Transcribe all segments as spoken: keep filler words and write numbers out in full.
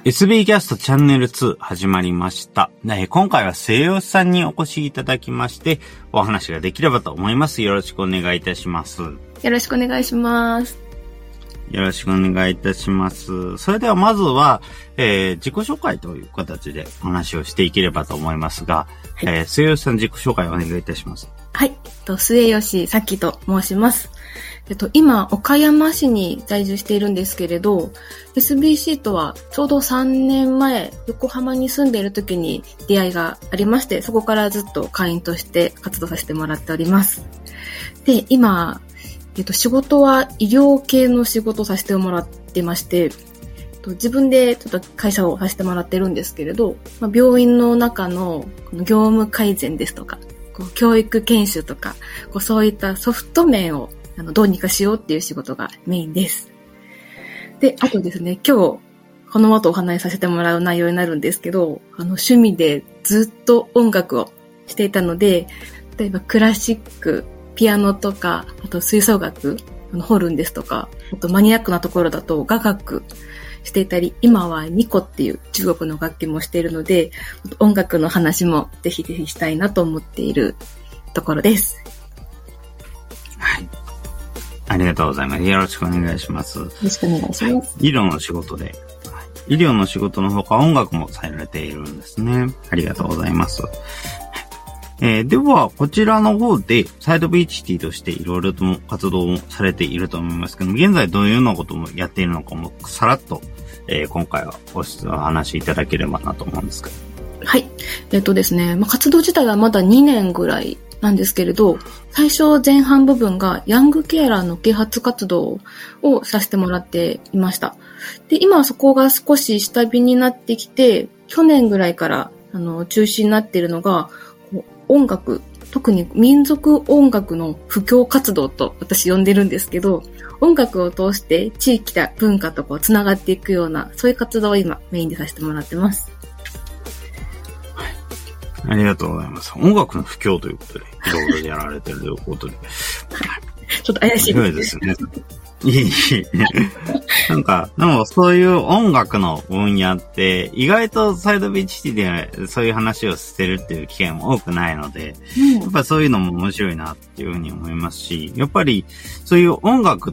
エスビー キャストチャンネルツー始まりました。今回は末吉さんにお越しいただきまして、お話ができればと思います。よろしくお願いいたします。 よろしくお願いします。 よろしくお願いいたします。それではまずは、えー、自己紹介という形でお話をしていければと思いますが、はい、えー、末吉さん自己紹介をお願いいたします。 はい、と末吉咲と申します。えっと、今、岡山市に在住しているんですけれど、エスビーシー とはちょうどさんねんまえ、横浜に住んでいる時に出会いがありまして、そこからずっと会員として活動させてもらっております。で、今、えっと、仕事は医療系の仕事をさせてもらってまして、えっと、自分でちょっと会社をさせてもらってるんですけれど、まあ、病院の中の業務改善ですとか、こう教育研修とか、こうそういったソフト面をあのどうにかしようっていう仕事がメインです。で、あとですね、今日、この後お話しさせてもらう内容になるんですけど、あの趣味でずっと音楽をしていたので、例えばクラシック、ピアノとか、あと吹奏楽、あのホルンですとか、あとマニアックなところだと雅楽していたり、今はミコっていう中国の楽器もしているので、音楽の話もぜひぜひしたいなと思っているところです。 はい。ありがとうございます。よろしくお願いします。よろしくお願いします。 医療の仕事で、医療の仕事のほか音楽もされているんですね。ありがとうございます。えー、では、こちらの方で、サイド ビーエイチティー としていろいろと活動をされていると思いますけども、現在どういうようなこともやっているのかも、さらっと、えー、今回はお話しいただければなと思うんですけど。 はい。えっとですね、まあ、活動自体はまだにねんぐらいなんですけれど、最初前半部分がヤングケアラーの啓発活動をさせてもらっていました。で、今はそこが少し下火になってきて、去年ぐらいからあの中止になっているのが、音楽、特に民族音楽の布教活動と私呼んでるんですけど、音楽を通して地域や文化とこうつながっていくような、そういう活動を今メインでさせてもらってます。 はい。ありがとうございます。音楽の布教ということで、いろいろやられてるということで。 ちょっと怪しいですね。いえいえ。なんか、でもそういう音楽の分野って、意外とサイド ビーエイチティー でそういう話をしてるっていう機会も多くないので、うん、やっぱりそういうのも面白いなっていうふうに思いますし、やっぱりそういう音楽って、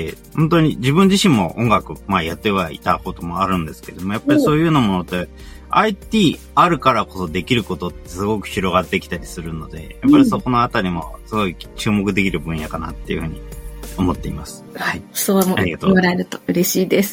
本当に自分自身も音楽、まあやってはいたこともあるんですけども、やっぱりそういうのものって、アイティー あるからこそできることってすごく広がってきたりするので、やっぱりそこのあたりもすごい注目できる分野かなっていうふうに思っています。はい。 そう思ってもらえると嬉しいです。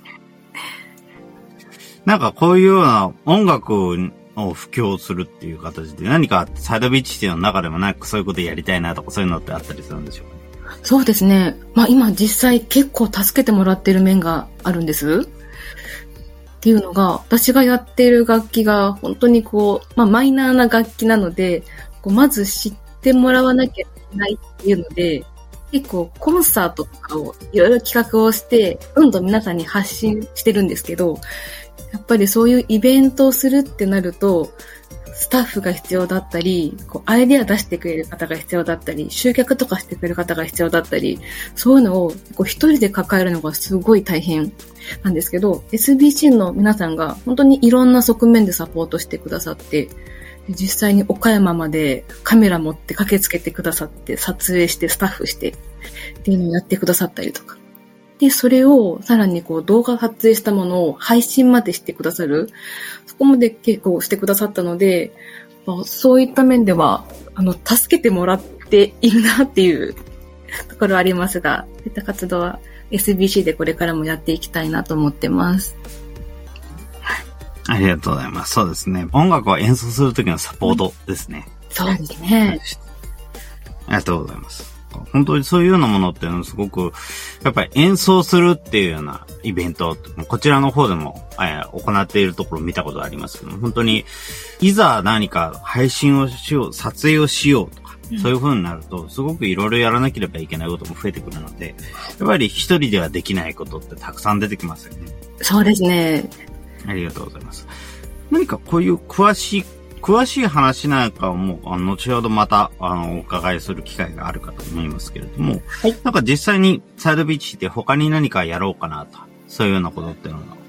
なんかこういうような音楽を布教するっていう形で何かサイド ビーエイチティー の中でもなんかそういうことやりたいなとかそういうのってあったりするんでしょうか？ そうですね。まあ今実際結構助けてもらってる面があるんです。っていうのが、私がやっている楽器が本当にこう、まあマイナーな楽器なので、こうまず知ってもらわなきゃいけないっていうので、結構コンサートとかをいろいろ企画をして、どんどん皆さんに発信してるんですけど、やっぱりそういうイベントをするってなると、スタッフが必要だったり、こうアイデア出してくれる方が必要だったり、集客とかしてくれる方が必要だったり、そういうのをこう一人で抱えるのがすごい大変なんですけど、エスビーシー の皆さんが本当にいろんな側面でサポートしてくださって、実際に岡山までカメラ持って駆けつけてくださって、撮影してスタッフしてっていうのをやってくださったりとか。で、それをさらにこう動画撮影したものを配信までしてくださる。そこまで結構してくださったので、まあ、そういった面では、あの、助けてもらっているなっていうところはありますが、そういった活動は エスビーシー でこれからもやっていきたいなと思ってます。 ありがとうございます。そうですね。音楽を演奏するときのサポートですね。 そうですね。 ありがとうございます。本当にそういうようなものっていうのはすごく、やっぱり演奏するっていうようなイベント、こちらの方でも、えー、行っているところを見たことがありますけども、本当に、いざ何か配信をしよう、撮影をしようとか、うん、そういう風になると、すごくいろいろやらなければいけないことも増えてくるので、やっぱり一人ではできないことってたくさん出てきますよね。 そうですね。 ありがとうございます。何かこういう詳しい、詳しい話なんかも、あの、後ほどまた、あの、お伺いする機会があるかと思いますけれども、はい。なんか実際にサイド ビーエイチティー って他に何かやろうかなと、そういうようなことっていうのは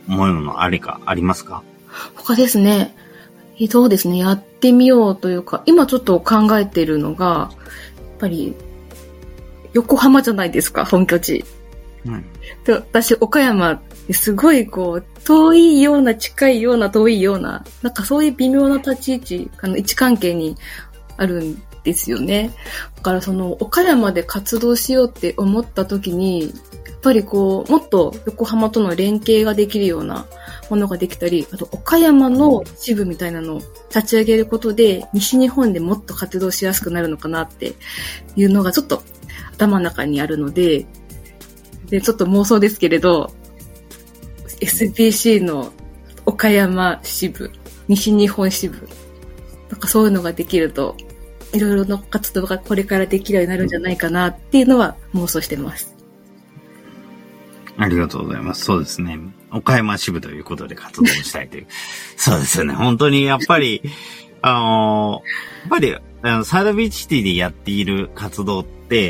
思うのありか、ありますか？ 他ですね。そうですね。やってみようというか、今ちょっと考えているのが、やっぱり、横浜じゃないですか、本拠地。うん、で私、岡山、すごいこう、遠いような、近いような、遠いような、なんかそういう微妙な立ち位置、あの、位置関係にあるんですよね。だからその、岡山で活動しようって思った時に、やっぱりこう、もっと横浜との連携ができるようなものができたり、あと岡山の支部みたいなのを立ち上げることで、西日本でもっと活動しやすくなるのかなっていうのがちょっと頭の中にあるので、で、ちょっと妄想ですけれど、エスビーシー の岡山支部、西日本支部、なんかそういうのができると、いろいろな活動がこれからできるようになるんじゃないかなっていうのは妄想してます。 ありがとうございます。そうですね。岡山支部ということで活動したいという。そうですよね。本当にやっぱり、あのー、やっぱり、あのサイドビーチシティでやっている活動って、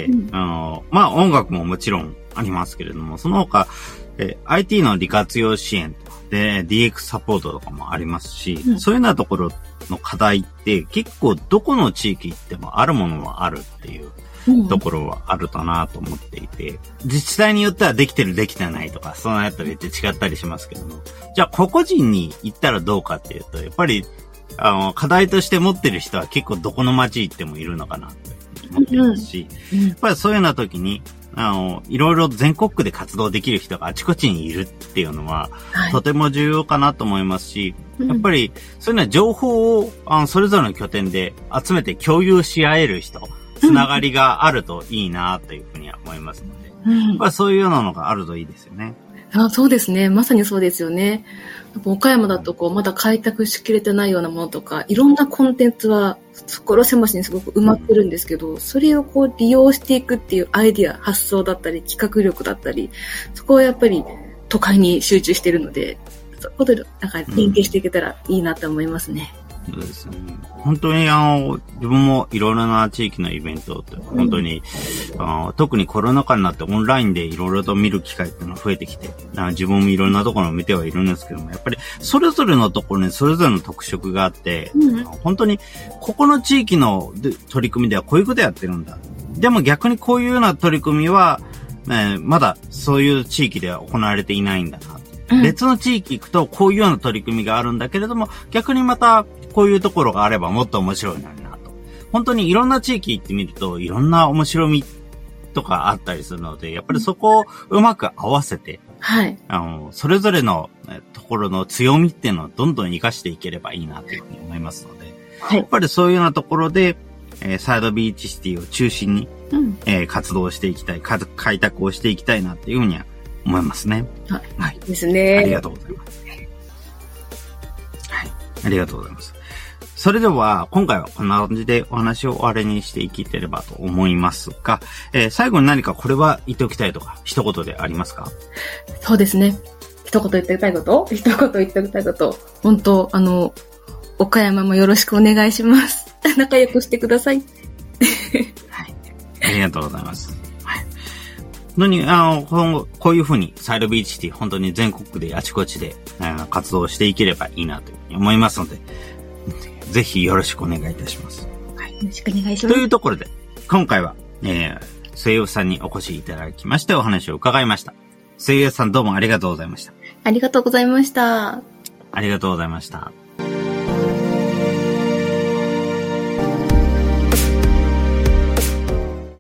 うん、あのー、まあ音楽ももちろんありますけれども、その他、え アイティー の利活用支援とかで ディーエックス サポートとかもありますし、うん、そういうようなところの課題って結構どこの地域行ってもあるものはあるっていうところはあるかなと思っていて、自治体によってはできてるできてないとか、そのあたりって違ったりしますけども、じゃあ個々人に行ったらどうかっていうと、やっぱり、あの、課題として持ってる人は結構どこの町行ってもいるのかなと思ってますし、うんうん、やっぱりそういうような時に、あの、いろいろ全国区で活動できる人があちこちにいるっていうのは、はい、とても重要かなと思いますし、やっぱりそういうのは情報をあのそれぞれの拠点で集めて共有し合える人、つながりがあるといいなというふうには思いますので、うん、やっぱりそういうようなのがあるといいですよね。 あ、そうですね。まさにそうですよね。やっぱ岡山だとこうまだ開拓しきれてないようなものとか、いろんなコンテンツは所狭しにすごく埋まってるんですけど、うん、それをこう利用していくっていうアイディア、発想だったり、企画力だったり、そこはやっぱり都会に集中しているので、そこでなんか連携していけたらいいなと思いますね。 うん、そうですね。本当にあの、自分もいろいろな地域のイベントって本当に、うん、あの特にコロナ禍になってオンラインでいろいろと見る機会っていうのが増えてきて、自分もいろんなところを見てはいるんですけども、やっぱりそれぞれのところにそれぞれの特色があって、うん、本当にここの地域の取り組みではこういうことやってるんだ。でも逆にこういうような取り組みは、ね、まだそういう地域では行われていないんだな。うん、別の地域行くとこういうような取り組みがあるんだけれども、逆にまたこういうところがあればもっと面白いなと。本当にいろんな地域行ってみるといろんな面白みとかあったりするので、やっぱりそこをうまく合わせて、はい、あのそれぞれのところの強みっていうのをどんどん活かしていければいいなというふうに思いますので、はい、やっぱりそういうようなところで、えー、サイドビーチシティを中心に、うんえー、活動していきたい、開拓をしていきたいなっていうふうには思いますね。 はい。はい、ですね。 ありがとうございます。はい。ありがとうございます。それでは、今回はこんな感じでお話を終わりにしていけてればと思いますが、えー、最後に何かこれは言っておきたいとか、一言でありますか？ そうですね。一言言っておきたいこと一言言っておきたいこと。本当、あの、岡山もよろしくお願いします。仲良くしてください。 はい。ありがとうございます。のに、あの、今後、こういうふうに、サイドビーチシティ、本当に全国区であちこちで、活動していければいいなというふうに思いますので、ぜひよろしくお願いいたします。 はい。よろしくお願いします。 というところで、今回は、えー、末吉さんにお越しいただきましてお話を伺いました。末吉さんどうもありがとうございました。 ありがとうございました。 ありがとうございました。